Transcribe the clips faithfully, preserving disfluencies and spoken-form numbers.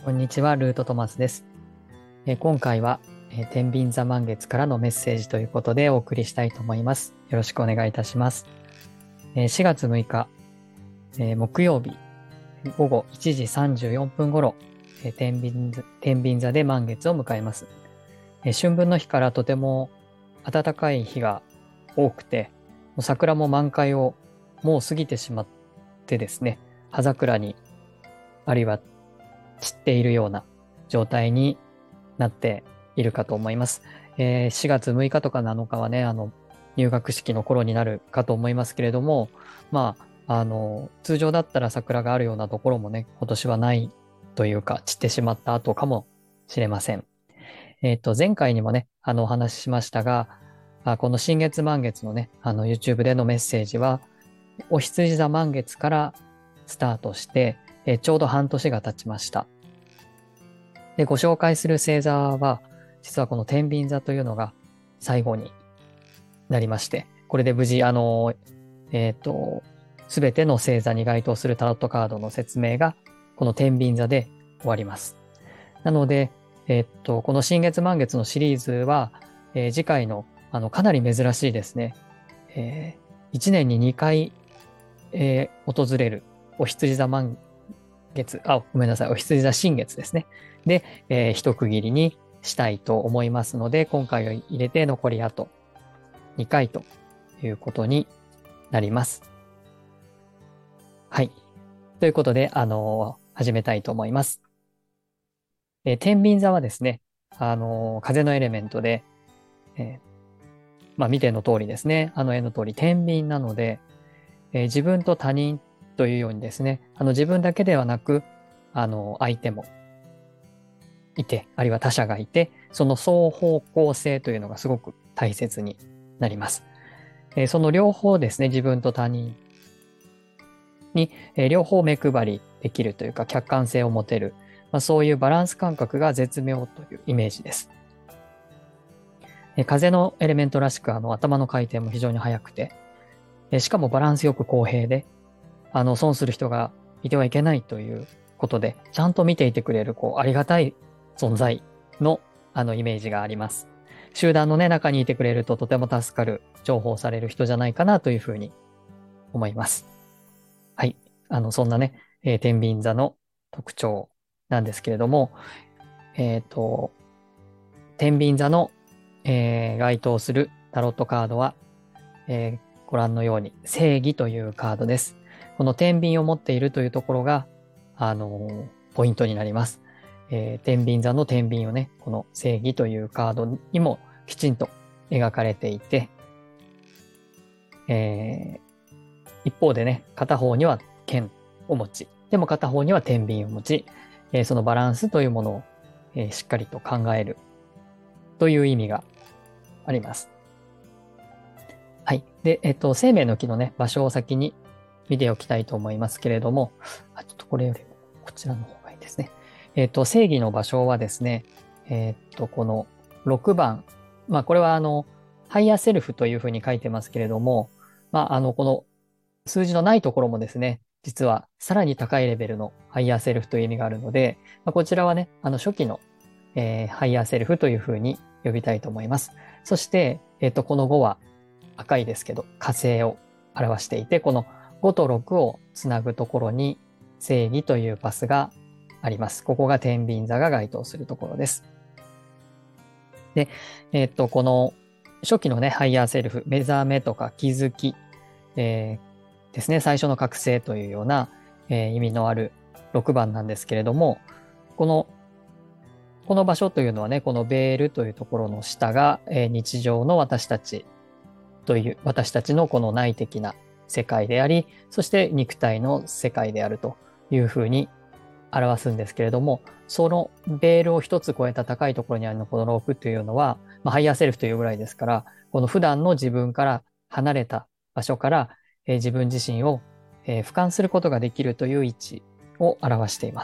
こんにちは、ルートトマスです。えー今回は、えー天秤座満月からのメッセージということでお送りしたいと思います。よろしくお願いいたします。えーしがつむいか、えー木曜日ごごいちじさんじゅうよんぷん頃、えー天秤座、天秤座で満月を迎えます。えー春分の日からとても暖かい日が多くて、もう桜も満開をもう過ぎてしまってですね、葉桜にあるいは散っているような状態になっているかと思います。えーしがつむいかとかなのかはね、あの、入学式の頃になるかと思いますけれども、まあ、あの、通常だったら桜があるようなところもね、今年はないというか、散ってしまった後かもしれません。えっと、前回にもね、あの、お話ししましたが、あこの新月満月のね、あの、YouTube でのメッセージは、お羊座満月からスタートして、えーちょうど半年が経ちました。で、ご紹介する星座は、実はこの天秤座というのが最後になりまして、これで無事、あの、えっと、すべての星座に該当するタロットカードの説明が、この天秤座で終わります。なので、えっと、この新月満月のシリーズは、えー次回の、あの、かなり珍しいですね。えー、いちねんににかい、えー訪れるお羊座満月、あ、ごめんなさい、お羊座新月ですね。で、えー一区切りにしたいと思いますので、今回を入れて残りあとにかいということになります。はい。ということで、あのー始めたいと思います。えー天秤座はですね、あのー風のエレメントで、えーまあ見ての通りですね、あの絵の通り天秤なので、えー自分と他人というようにですね、あの自分だけではなく、あの相手もいて、あるいは他者がいて、その双方向性というのがすごく大切になります。えーその両方ですね、自分と他人に、えー両方目配りできるというか、客観性を持てる、まあ、そういうバランス感覚が絶妙というイメージです。えー風のエレメントらしく、あの頭の回転も非常に速くて、えーしかもバランスよく公平で、あの損する人がいてはいけないということで、ちゃんと見ていてくれる、こう、ありがたい存在の、あの、イメージがあります。集団のね、中にいてくれるととても助かる、重宝される人じゃないかなというふうに思います。はい。あの、そんなね、えー、天秤座の特徴なんですけれども、えっと、天秤座の、えー該当するタロットカードは、えーご覧のように正義というカードです。この天秤を持っているというところが、あのーポイントになります。えー天秤座の天秤をね、この正義というカードにもきちんと描かれていて、えー一方でね、片方には剣を持ち、でも片方には天秤を持ち、えーそのバランスというものを、えーしっかりと考えるという意味があります。はい。で、えっと、生命の木のね、場所を先に見ておきたいと思いますけれども、あ、ちょっとこれよりもこちらの方がいいですね。えっと、正義の場所はですね、えっと、このろくばん、まあ、これはあの、ハイヤーセルフというふうに書いてますけれども、まあ、あの、この数字のないところもですね、実はさらに高いレベルのハイヤーセルフという意味があるので、まあ、こちらはね、あの初期の、えーハイヤーセルフというふうに呼びたいと思います。そして、えっと、このごは赤いですけど、火星を表していて、このごとろくをつなぐところに正義というパスがあります。ここが天秤座が該当するところです。で、えっと、この初期のね、ハイヤーセルフ、目覚めとか気づき、えーですね、最初の覚醒というような、えー意味のあるろくばんなんですけれども、この、この場所というのはね、このベールというところの下が、えー日常の私たちという、私たちのこの内的な世界であり、そして肉体の世界であるというふうに表すんですけれども、そのベールを一つ超えた高いところにあるのこのロープというのは、まあ、ハイヤーセルフというぐらいですから、この普段の自分から離れた場所から、えー自分自身を、えー俯瞰することができるという位置を表しています。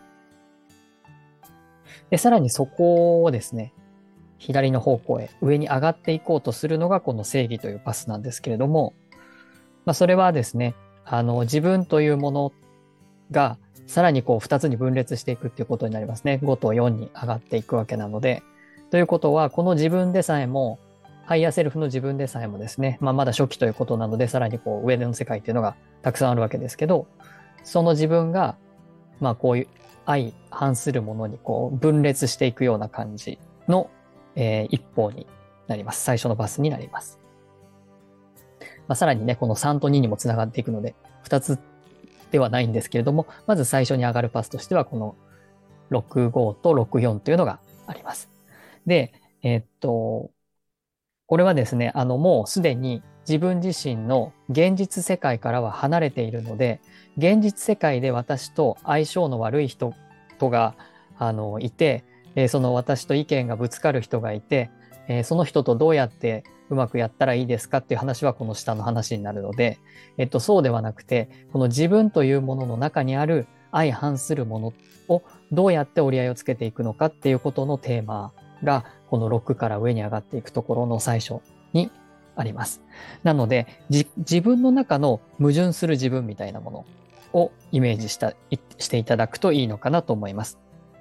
で、さらにそこをですね、左の方向へ上に上がっていこうとするのがこの正義というパスなんですけれども、まあ、それはですね、あの、自分というものが、 さらにこうふたつに分裂していくっていうことになりますね。ごとよんに上がっていくわけなので。ということは、この自分でさえも、ハイヤーセルフの自分でさえもですね、まあまだ初期ということなので、さらにこう上の世界っていうのがたくさんあるわけですけど、その自分が、まあこういう相反するものにこう分裂していくような感じの、えー、一方になります。最初のバスになります。まあ、さらにね、このさんとににもつながっていくので、ふたつではないんですけれども、まず最初に上がるパスとしては、このろくごとろくよんというのがあります。で、えー、っと、これはですね、あの、もうすでに自分自身の現実世界からは離れているので、現実世界で私と相性の悪い人とが、あの、いて、えー、その私と意見がぶつかる人がいて、えー、その人とどうやってうまくやったらいいですかっていう話はこの下の話になるので、えっと、そうではなくて、この自分というものの中にある相反するものをどうやって折り合いをつけていくのかっていうことのテーマが、このろくから上に上がっていくところの最初にあります。なので、自分の中の矛盾する自分みたいなものをイメージした、していただくといいのかなと思います。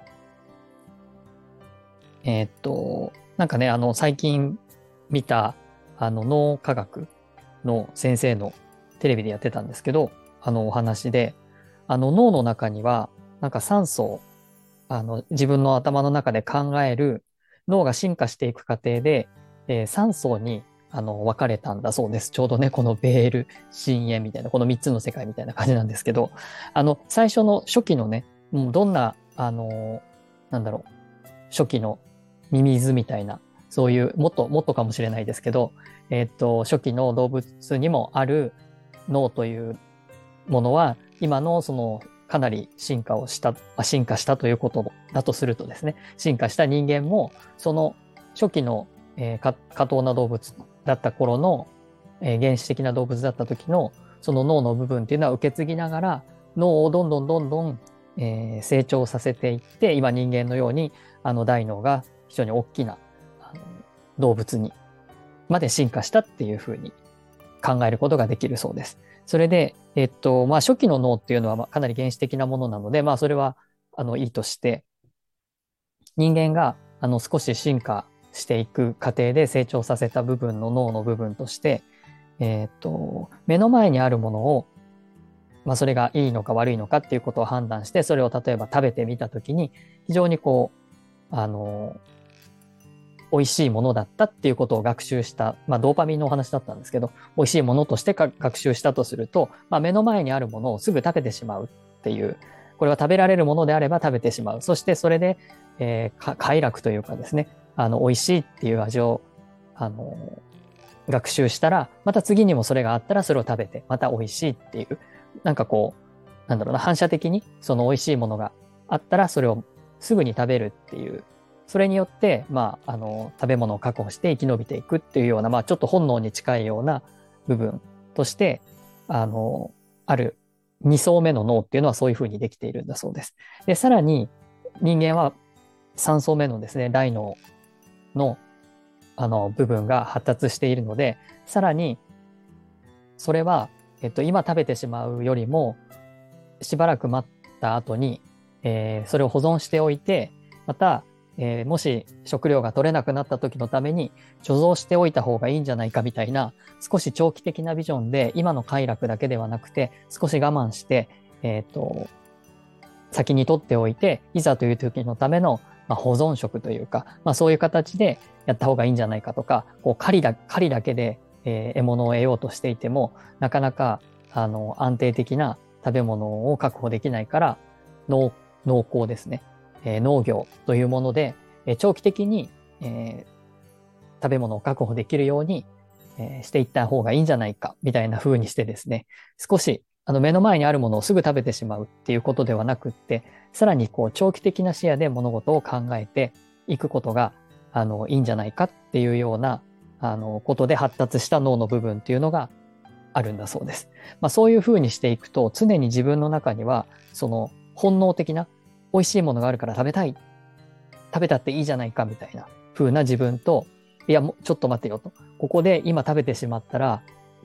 えー、っと、なんかね、あの、最近見た、あの、脳科学の先生のテレビでやってたんですけど、あの、お話で、あの、脳の中には、なんか酸素、あの、自分の頭の中で考える脳が進化していく過程で、えー、さん層に、あの、分かれたんだそうです。ちょうどね、このベール、深淵みたいな、このみっつの世界みたいな感じなんですけど、あの、最初の初期のね、もうどんな、あの、なんだろう、初期のミミズみたいな、そういう、もっと、もっとかもしれないですけど、えっと、初期の動物にもある脳というものは、今のその、かなり進化をした、進化したということだとするとですね、進化した人間も、その初期の、えー、過当な動物だった頃の、えー、原始的な動物だった時の、その脳の部分っていうのは受け継ぎながら、脳をどんどんどんどん、えー、成長させていって、今人間のように、あの大脳が非常に大きなあの動物にまで進化したっていうふうに考えることができるそうです。それで、えっと、まあ、初期の脳っていうのはかなり原始的なものなので、まあ、それは、あの、いいとして、人間が、あの、少し進化していく過程で成長させた部分の脳の部分として、えっと、目の前にあるものを、まあ、それがいいのか悪いのかっていうことを判断して、それを例えば食べてみたときに、非常にこう、あの、美味しいものだったっていうことを学習した、まあ、ドーパミンのお話だったんですけど、美味しいものとして学習したとすると、まあ、目の前にあるものをすぐ食べてしまうっていう、これは食べられるものであれば食べてしまう。そしてそれで、えー、快楽というかですね、あの、美味しいっていう味を、あの、学習したら、また次にもそれがあったらそれを食べて、また美味しいっていう、なんかこう、なんだろうな、反射的にその美味しいものがあったらそれをすぐに食べるっていう、それによって、まあ、あの、食べ物を確保して生き延びていくっていうような、まあ、ちょっと本能に近いような部分として、あの、あるに層目の脳っていうのはそういうふうにできているんだそうです。で、さらに人間はさん層目のですね、大脳の、あの、部分が発達しているので、さらに、それは、えっと、今食べてしまうよりも、しばらく待った後に、えー、それを保存しておいて、また、えー、もし食料が取れなくなった時のために貯蔵しておいた方がいいんじゃないかみたいな少し長期的なビジョンで今の快楽だけではなくて少し我慢して、えっと、先に取っておいていざという時のための、まあ、保存食というか、まあ、そういう形でやった方がいいんじゃないかとか、こう狩りだ、狩りだけで、えー、獲物を得ようとしていてもなかなかあの安定的な食べ物を確保できないから農、農耕ですね。えー、農業というもので、えー、長期的に、えー、食べ物を確保できるように、えー、していった方がいいんじゃないかみたいな風にしてですね、少しあの目の前にあるものをすぐ食べてしまうっていうことではなくって、さらにこう長期的な視野で物事を考えていくことがあのいいんじゃないかっていうようなあのことで発達した脳の部分っていうのがあるんだそうです。まあ、そういうふうにしていくと常に自分の中にはその本能的な美味しいものがあるから食べたい、食べたっていいじゃないかみたいな風な自分と、いやもうちょっと待ってよと、ここで今食べてしまったら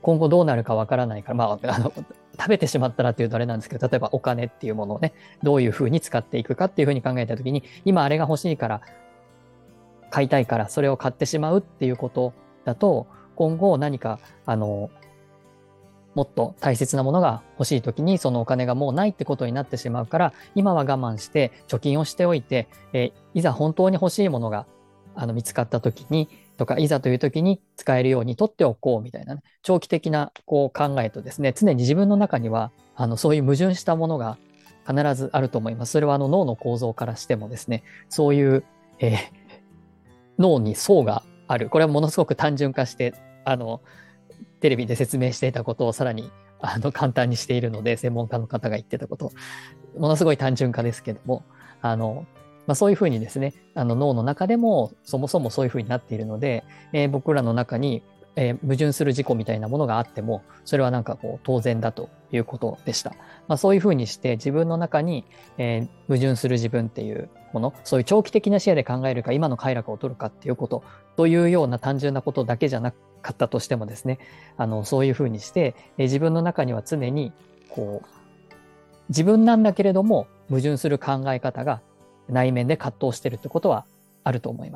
今後どうなるかわからないから、まあ、あの、食べてしまったらっていうとあれなんですけど、例えばお金っていうものをね、どういうふうに使っていくかっていうふうに考えたときに、今あれが欲しいから、買いたいからそれを買ってしまうっていうことだと、今後何か、あの、もっと大切なものが欲しいときにそのお金がもうないってことになってしまうから、今は我慢して貯金をしておいて、えー、いざ本当に欲しいものがあの見つかったときに、とか、いざというときに使えるように取っておこうみたいなね、長期的なこう考えとですね、常に自分の中には、あの、そういう矛盾したものが必ずあると思います。それはあの脳の構造からしてもですね、そういう、えー、脳に層がある。これはものすごく単純化して、あの、テレビで説明していたことをさらにあの簡単にしているので、専門家の方が言ってたこと、ものすごい単純化ですけども、あの、まあ、そういうふうにですね、あの脳の中でもそもそもそういうふうになっているので、えー、僕らの中に、えー、矛盾する事故みたいなものがあっても、それはなんかこう当然だということでした。まあ、そういうふうにして自分の中に、えー、矛盾する自分っていうもの、そういう長期的な視野で考えるか、今の快楽を取るかっていうこと、というような単純なことだけじゃなかったとしてもですね、あの、そういうふうにして、えー、自分の中には常に、こう、自分なんだけれども、矛盾する考え方が内面で葛藤しているってことはあると思います。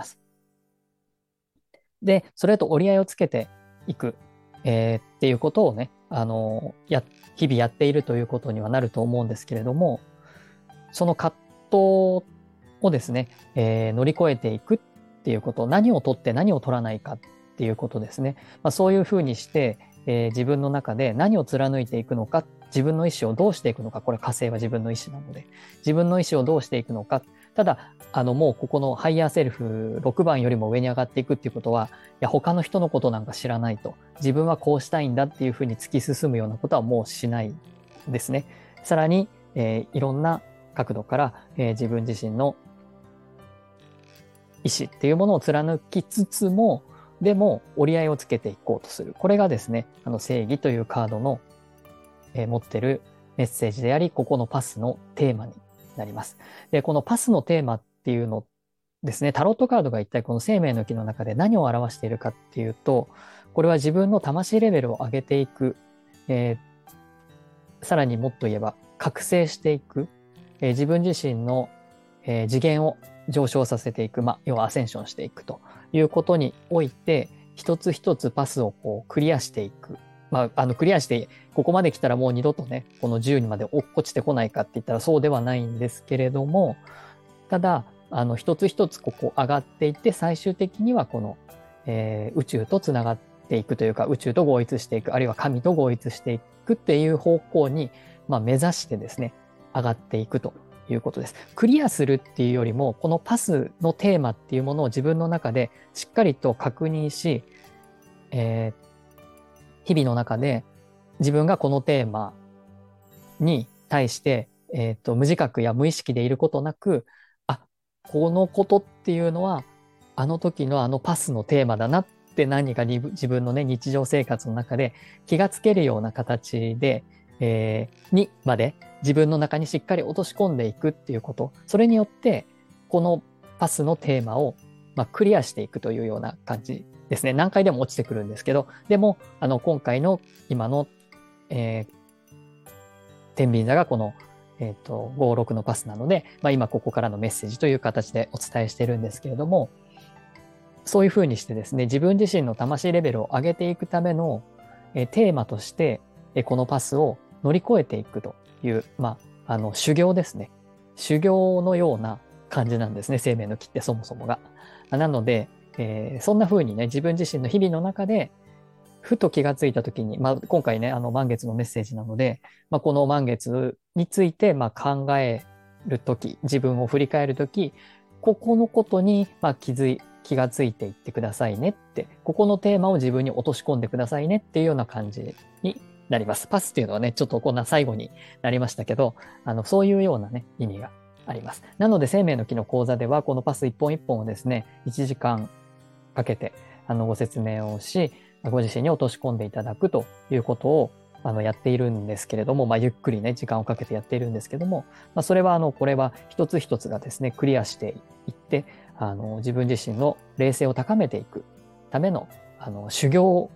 で、それと折り合いをつけていく、えー、っていうことをね、あの、や、日々やっているということにはなると思うんですけれども、その葛藤をですね、えー、乗り越えていくっていうこと、何を取って何を取らないかっていうことですね。まあ、そういうふうにして、えー、自分の中で何を貫いていくのか、自分の意思をどうしていくのか、これ火星は自分の意思なので、自分の意思をどうしていくのか、ただ、あの、もうここのハイヤーセルフろくばんよりも上に上がっていくっていうことは、いや、他の人のことなんか知らないと。自分はこうしたいんだっていうふうに突き進むようなことはもうしないですね。さらに、えー、いろんな角度から、えー、自分自身の意思っていうものを貫きつつも、でも折り合いをつけていこうとする。これがですね、あの正義というカードの、えー、持ってるメッセージであり、ここのパスのテーマになります。で、このパスのテーマっていうのですね、タロットカードが一体この生命の木の中で何を表しているかっていうと、これは自分の魂レベルを上げていく、えー、さらにもっと言えば覚醒していく、えー、自分自身の、えー、次元を上昇させていく、まあ、要はアセンションしていくということにおいて、一つ一つパスをこうクリアしていく。まあ、あの、クリアして、ここまで来たらもう二度とね、このじゅうにまで落っこちてこないかって言ったらそうではないんですけれども、ただ、あの、一つ一つここ上がっていって、最終的にはこの、えー、宇宙とつながっていくというか、宇宙と合一していく、あるいは神と合一していくっていう方向に、まあ、目指してですね、上がっていくということです。クリアするっていうよりも、このパスのテーマっていうものを自分の中でしっかりと確認し、えー、日々の中で自分がこのテーマに対して、えっと、無自覚や無意識でいることなく、あ、このことっていうのは、あの時のあのパスのテーマだなって何かに自分のね、日常生活の中で気がつけるような形で、えー、にまで自分の中にしっかり落とし込んでいくっていうこと。それによって、このパスのテーマを、まあ、クリアしていくというような感じですね。何回でも落ちてくるんですけど、でも、あの、今回の今の、えー、天秤座がこの、えっと、ご、ろくのパスなので、まあ、今ここからのメッセージという形でお伝えしてるんですけれども、そういうふうにしてですね、自分自身の魂レベルを上げていくための、えテーマとして、えこのパスを乗り越えていくという、まあ、あの、修行ですね。修行のような感じなんですね、生命の木ってそもそもが。なので、えー、そんな風にね、自分自身の日々の中で、ふと気がついたときに、まあ、今回ね、あの満月のメッセージなので、まあ、この満月について、まあ、考えるとき、自分を振り返るとき、ここのことに、まあ、気づい、気がついていってくださいねって、ここのテーマを自分に落とし込んでくださいねっていうような感じになります。パスっていうのはね、ちょっとこんな最後になりましたけど、あの、そういうようなね、意味があります。なので、生命の木の講座では、このパス一本一本をですね、いちじかんかけて、あの、ご説明をし、ご自身に落とし込んでいただくということをあのやっているんですけれども、まあ、ゆっくりね、時間をかけてやっているんですけども、まあ、それは、あの、これは一つ一つがですね、クリアしていって、あの、自分自身の冷静を高めていくための、あの、修行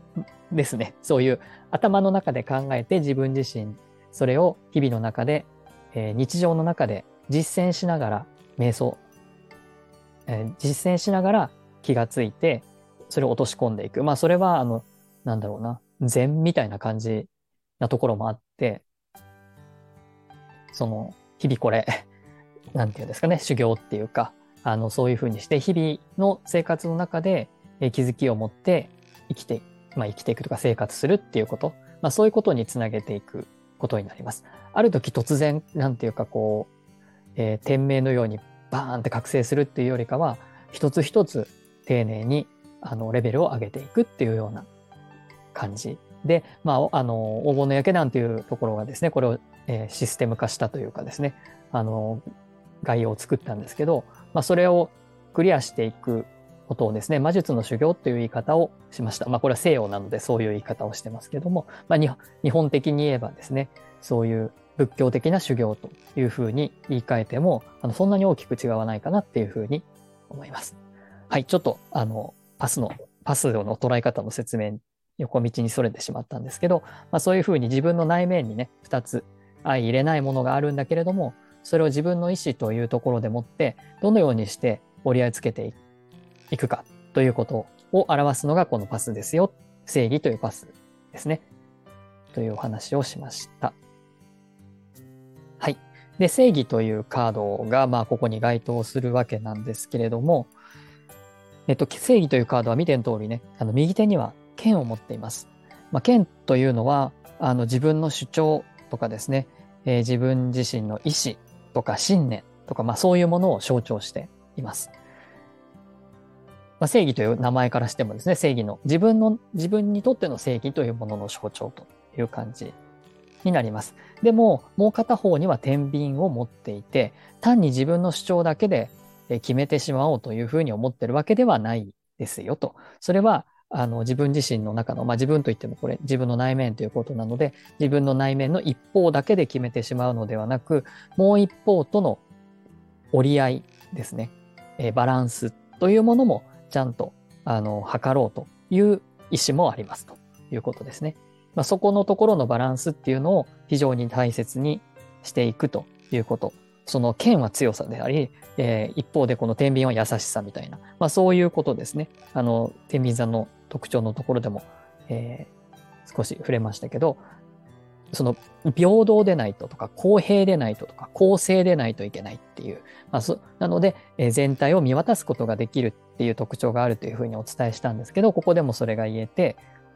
ですね。そういう頭の中で考えて自分自身、それを日々の中で、えー、日常の中で実践しながら瞑想、えー、実践しながら気がついて、それを落とし込んでいく。まあそれは、あの、なんだろうな、禅みたいな感じなところもあって、その、日々これ、なんていうんですかね、修行っていうか、あの、そういうふうにして、日々の生活の中で、えー気づきを持って生きて、まあ生きていくとか生活するっていうこと、まあそういうことにつなげていくことになります。ある時突然、なんていうかこう、えー天命のようにバーンって覚醒するっていうよりかは、一つ一つ丁寧に、あの、レベルを上げていくっていうような感じで、まあ、あの、黄金の焼け団というところがですね、これを、えーシステム化したというかですね、あの、概要を作ったんですけど、まあ、それをクリアしていくことをですね、魔術の修行という言い方をしました。まあ、これは西洋なのでそういう言い方をしてますけども、まあ、日本的に言えばですね、そういう仏教的な修行というふうに言い換えても、あのそんなに大きく違わないかなっていうふうに思います。はい、ちょっと、あの、パスの、パスの捉え方の説明、横道にそれてしまったんですけど、まあ、そういうふうに自分の内面にね、二つ相入れないものがあるんだけれども、それを自分の意思というところでもって、どのようにして折り合いつけていくかということを表すのがこのパスですよ。正義というパスですね。というお話をしました。はい。で、正義というカードが、まあ、ここに該当するわけなんですけれども、えっと、正義というカードは見ての通りね、あの、右手には剣を持っています。まあ、剣というのは、あの、自分の主張とかですね、えー自分自身の意思とか信念とか、まあ、そういうものを象徴しています。まあ、正義という名前からしてもですね、正義の、自分の、自分にとっての正義というものの象徴という感じになります。でも、もう片方には天秤を持っていて、単に自分の主張だけで決めてしまおうというふうに思ってるわけではないですよと。それは、あの、自分自身の中の、まあ、自分といってもこれ自分の内面ということなので、自分の内面の一方だけで決めてしまうのではなく、もう一方との折り合いですね。えーバランスというものもちゃんと、あの、測ろうという意思もありますということですね。まあ、そこのところのバランスっていうのを非常に大切にしていくということ。その剣は強さであり、えー一方でこの天秤は優しさみたいな、まあ、そういうことですね。あの、天秤座の特徴のところでも、えー少し触れましたけど、その平等でないととか公平でないととか公正でないといけないっていう、まあ、そなので、えー全体を見渡すことができるっていう特徴があるというふうにお伝えしたんですけど、ここでもそれが言えて、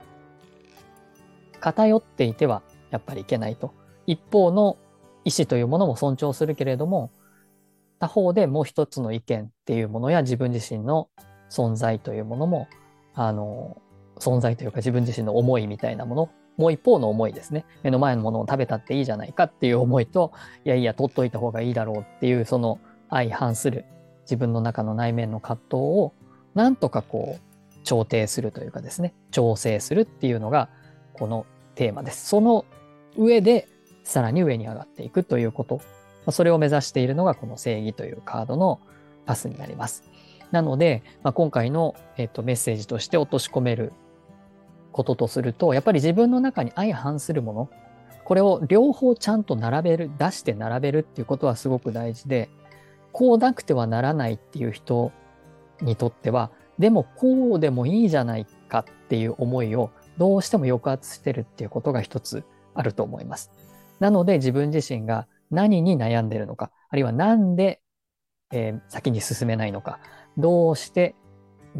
偏っていてはやっぱりいけないと。一方の意思というものも尊重するけれども、他方でもう一つの意見っていうものや自分自身の存在というものも、あの、存在というか自分自身の思いみたいなもの、もう一方の思いですね。目の前のものを食べたっていいじゃないかっていう思いと、いやいや、取っといた方がいいだろうっていう、その相反する自分の中の内面の葛藤を、なんとかこう、調停するというかですね、調整するっていうのが、このテーマです。その上で、さらに上に上がっていくということ。それを目指しているのがこの正義というカードのパスになります。なので、まあ、今回の、えっと、メッセージとして落とし込めることとすると、やっぱり自分の中に相反するもの、これを両方ちゃんと並べる、出して並べるっていうことはすごく大事で、こうなくてはならないっていう人にとっては、でもこうでもいいじゃないかっていう思いをどうしても抑圧してるっていうことが一つあると思います。なので自分自身が何に悩んでるのか、あるいはなんで、えー先に進めないのか、どうして、うん、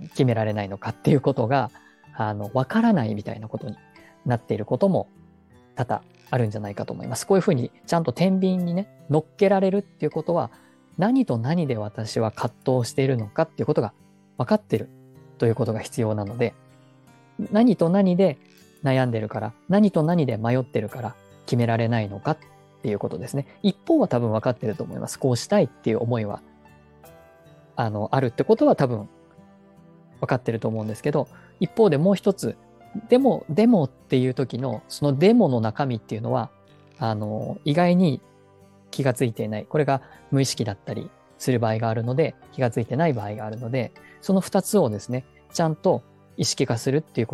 決められないのかっていうことが、あの、わからないみたいなことになっていることも多々あるんじゃないかと思います。こういうふうにちゃんと天秤にね、乗っけられるっていうことは、何と何で私は葛藤しているのかっていうことが分かってるということが必要なので、何と何で悩んでるから、何と何で迷ってるから決められないのかっていうことですね。一方は多分分かってると思います。こうしたいっていう思いは、あの、あるってことは多分分かってると思うんですけど、一方でもう一つ、でも、でもっていう時の、そのデモの中身っていうのは、あの、意外に気がついていない。これが無意識だったりする場合があるので、気がついてない場合があるので、その二つをですね、ちゃんと意識化するっていうこと。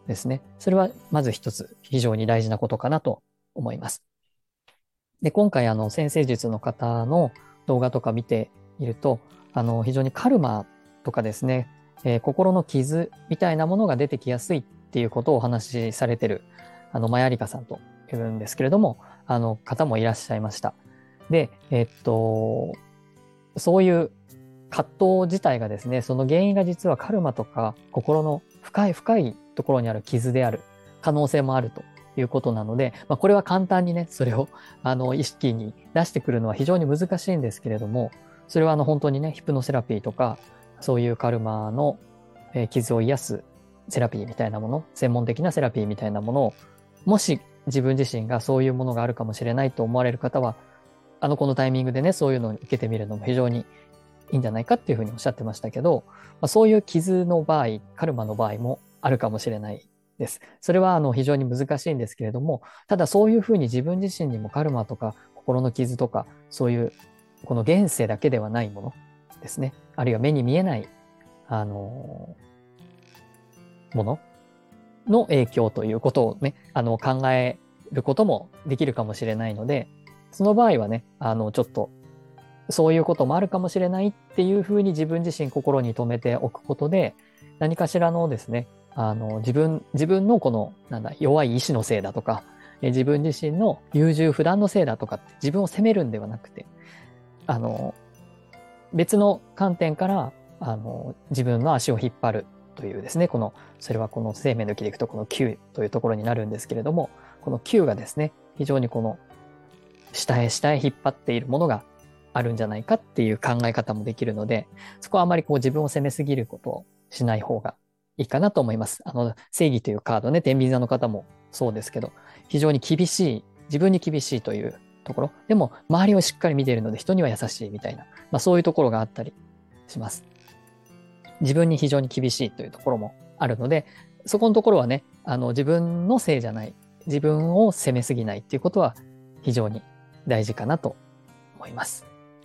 ですね。それはまず一つ非常に大事なことかなと思います。で、今回あの占星術の方の動画とか見ていると、あの非常にカルマとかですね、えー心の傷みたいなものが出てきやすいっていうことをお話しされてる、あの、マヤリカさんというんですけれども、あの方もいらっしゃいました。で、えっと、そういう葛藤自体がですね、その原因が実はカルマとか心の深い深いところにある傷である可能性もあるということなので、まあ、これは簡単にね、それをあの意識に出してくるのは非常に難しいんですけれども、それはあの本当にね、ヒプノセラピーとか、そういうカルマのえー傷を癒すセラピーみたいなもの、専門的なセラピーみたいなものを、もし自分自身がそういうものがあるかもしれないと思われる方は、あの、このタイミングでね、そういうのを受けてみるのも非常にいいんじゃないかっていうふうにおっしゃってましたけど、まあ、そういう傷の場合、カルマの場合もあるかもしれないです。それはあの非常に難しいんですけれども、ただそういうふうに自分自身にもカルマとか心の傷とか、そういうこの現世だけではないものですね。あるいは目に見えない、あの、ものの影響ということをね、あの、考えることもできるかもしれないので、その場合はね、あの、ちょっとそういうこともあるかもしれないっていうふうに自分自身心に留めておくことで、何かしらのですね、あの、自分、自分のこの、なんだ、弱い意志のせいだとか、自分自身の優柔不断のせいだとかって自分を責めるんではなくて、あの、別の観点から、あの、自分の足を引っ張るというですね、この、それはこの生命の木でいくとこのきゅうというところになるんですけれども、このきゅうがですね、非常にこの下へ下へ引っ張っているものがあるんじゃないかっていう考え方もできるので、そこはあまりこう自分を責めすぎることをしない方がいいかなと思います。あの、正義というカードね、天秤座の方もそうですけど、非常に厳しい、自分に厳しいというところ、でも周りをしっかり見ているので人には優しいみたいな、まあそういうところがあったりします。自分に非常に厳しいというところもあるので、そこのところはね、あの自分のせいじゃない、自分を責めすぎないっていうことは非常に大事かなと思います。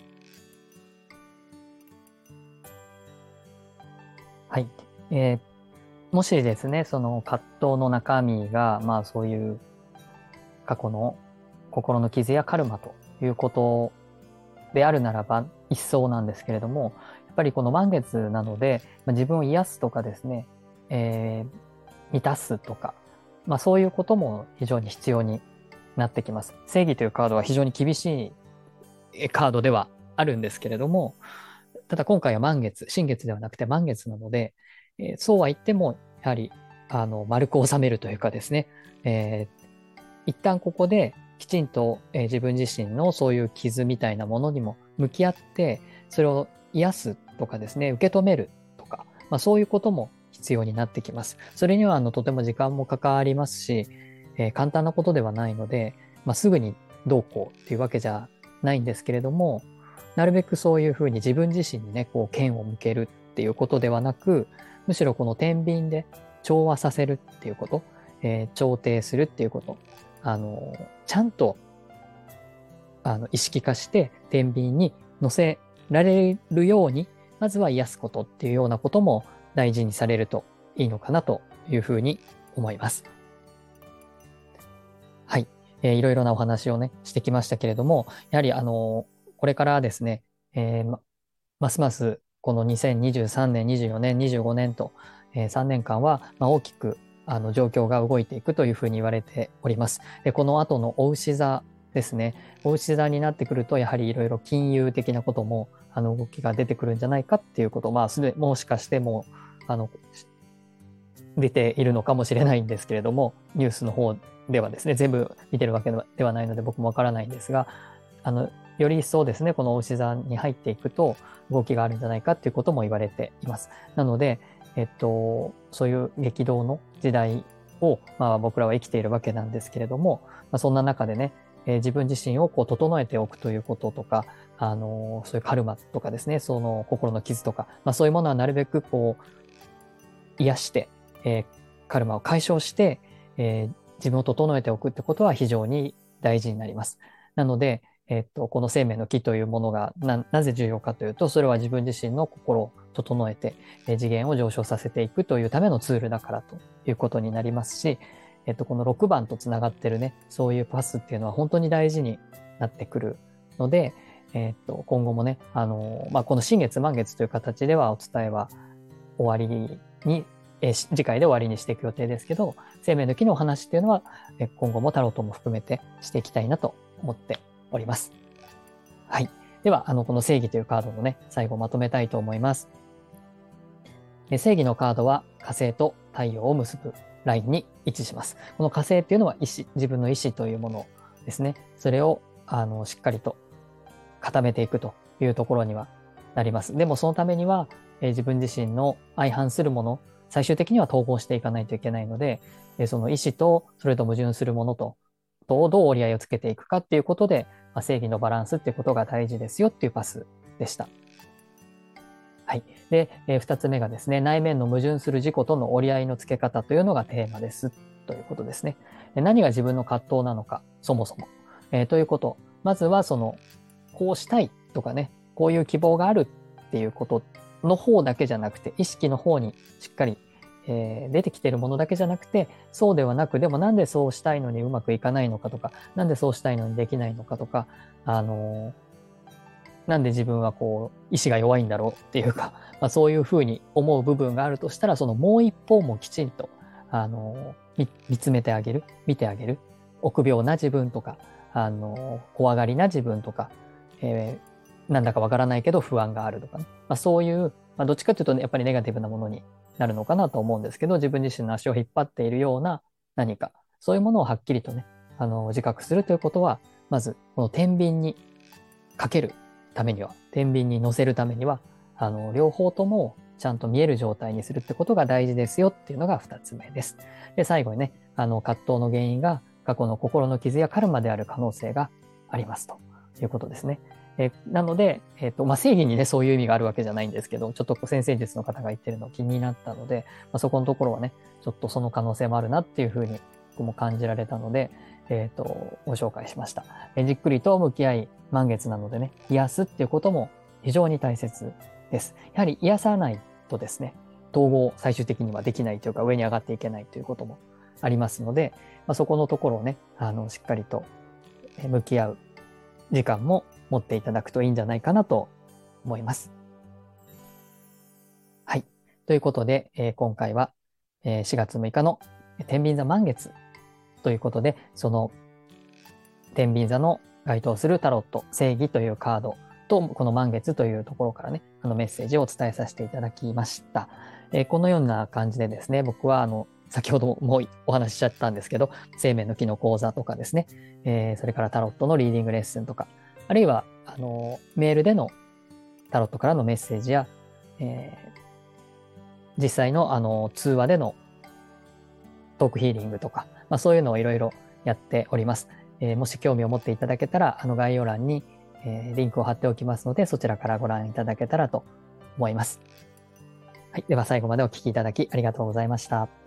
はい。えーもしですね、その葛藤の中身が、まあそういう過去の心の傷やカルマということであるならば一層なんですけれども、やっぱりこの満月なので、まあ、自分を癒すとかですね、えー満たすとか、まあそういうことも非常に必要になってきます。正義というカードは非常に厳しいカードではあるんですけれども、ただ今回は満月、新月ではなくて満月なので、えーそうは言っても、やはり、あの、丸く収めるというかですね、えー一旦ここできちんと、えー自分自身のそういう傷みたいなものにも向き合って、それを癒すとかですね、受け止めるとか、まあ、そういうことも必要になってきます。それにはあのとても時間もかかりますし、えー簡単なことではないので、まあ、すぐにどうこうっていうわけじゃないんですけれども、なるべくそういうふうに自分自身にね、こう剣を向けるっていうことではなく、むしろこの天秤で調和させるっていうこと、えー調停するっていうこと、あの、ちゃんと、あの、意識化して天秤に乗せられるように、まずは癒すことっていうようなことも大事にされるといいのかなというふうに思います。はい。えーいろいろなお話をね、してきましたけれども、やはりあの、これからですね、えーまますますこのにせんにじゅうさんねん、にじゅうよねん、にじゅうごねんと、えーさんねんかんは、まあ、大きくあの状況が動いていくというふうに言われております。で、この後のお牛座ですね。お牛座になってくると、やはりいろいろ金融的なことも、あの動きが出てくるんじゃないかっていうこと、まあ、すでもしかしてもう、あの、出ているのかもしれないんですけれども、ニュースの方ではですね、全部見てるわけではないので僕もわからないんですが、あの、より一層ですね、このお牛座に入っていくと動きがあるんじゃないかっていうことも言われています。なので、えっと、そういう激動の時代を、まあ、僕らは生きているわけなんですけれども、まあ、そんな中でね、えー自分自身をこう整えておくということとか、あのそういうカルマとかですね、その心の傷とか、まあ、そういうものはなるべくこう癒して、えーカルマを解消して、えー自分を整えておくってことは非常に大事になります。なので、 えっと、この生命の木というものがな、なぜ重要かというと、それは自分自身の心を整えて、え次元を上昇させていくというためのツールだからということになりますし、えっと、このろくばんとつながってるね、そういうパスっていうのは本当に大事になってくるので、えっと、今後もね、あの、まあ、この新月満月という形ではお伝えは終わりに、え次回で終わりにしていく予定ですけど、生命の木のお話っていうのは、え今後もタロットも含めてしていきたいなと思っております。はい。では、あの、この正義というカードのね、最後まとめたいと思います。正義のカードは火星と太陽を結ぶラインに位置します。この火星っていうのは意志、自分の意志というものですね。それを、あの、しっかりと固めていくというところにはなります。でもそのためには、えー、自分自身の相反するもの、最終的には統合していかないといけないので、えー、その意志とそれと矛盾するものと、とどう折り合いをつけていくかっていうことで、まあ、正義のバランスっていうことが大事ですよっていうパスでした。はい。で、えー、二つ目がですね、内面の矛盾する自己との折り合いのつけ方というのがテーマですということですね。何が自分の葛藤なのか、そもそも。えー、ということ。まずはその、こうしたいとかね、こういう希望があるっていうことの方だけじゃなくて、意識の方にしっかり、えー、出てきているものだけじゃなくて、そうではなく、でもなんでそうしたいのにうまくいかないのかとか、なんでそうしたいのにできないのかとか、あのーなんで自分はこう、意志が弱いんだろうっていうか、まあ、そういうふうに思う部分があるとしたら、そのもう一方もきちんと、あの、見、見つめてあげる、見てあげる、臆病な自分とか、あの、怖がりな自分とか、えー、なんだかわからないけど不安があるとかね。まあ、そういう、まあ、どっちかというと、ね、やっぱりネガティブなものになるのかなと思うんですけど、自分自身の足を引っ張っているような何か、そういうものをはっきりとね、あの、自覚するということは、まず、この天秤にかけるためには、天秤に乗せるためには、あの、両方ともちゃんと見える状態にするってことが大事ですよっていうのが二つ目です。で、最後にね、あの、葛藤の原因が過去の心の傷やカルマである可能性がありますということですね。えなので、えっ、と、まあ、正義にね、そういう意味があるわけじゃないんですけど、ちょっと先生術の方が言ってるの気になったので、まあ、そこのところはね、ちょっとその可能性もあるなっていうふうに僕も感じられたので、えっ、ー、と、ご紹介しました。えじっくりと向き合い、満月なのでね、癒すっていうことも非常に大切です。やはり癒さないとですね、統合最終的にはできないというか上に上がっていけないということもありますので、まあ、そこのところをね、あの、しっかりと向き合う時間も持っていただくといいんじゃないかなと思います。はい。ということで、えー、今回はしがつむいかの天秤座満月ということで、その天秤座の該当するタロット、正義というカードと、この満月というところからね、あのメッセージをお伝えさせていただきました。えー、このような感じでですね、僕はあの、先ほどもお話ししちゃったんですけど、生命の木の講座とかですね、えー、それからタロットのリーディングレッスンとか、あるいは、あの、メールでのタロットからのメッセージや、えー、実際のあの、通話でのトークヒーリングとか、まあ、そういうのをいろいろやっております。えー、もし興味を持っていただけたら、あの概要欄に、えー、リンクを貼っておきますので、そちらからご覧いただけたらと思います。はい。では最後までお聞きいただきありがとうございました。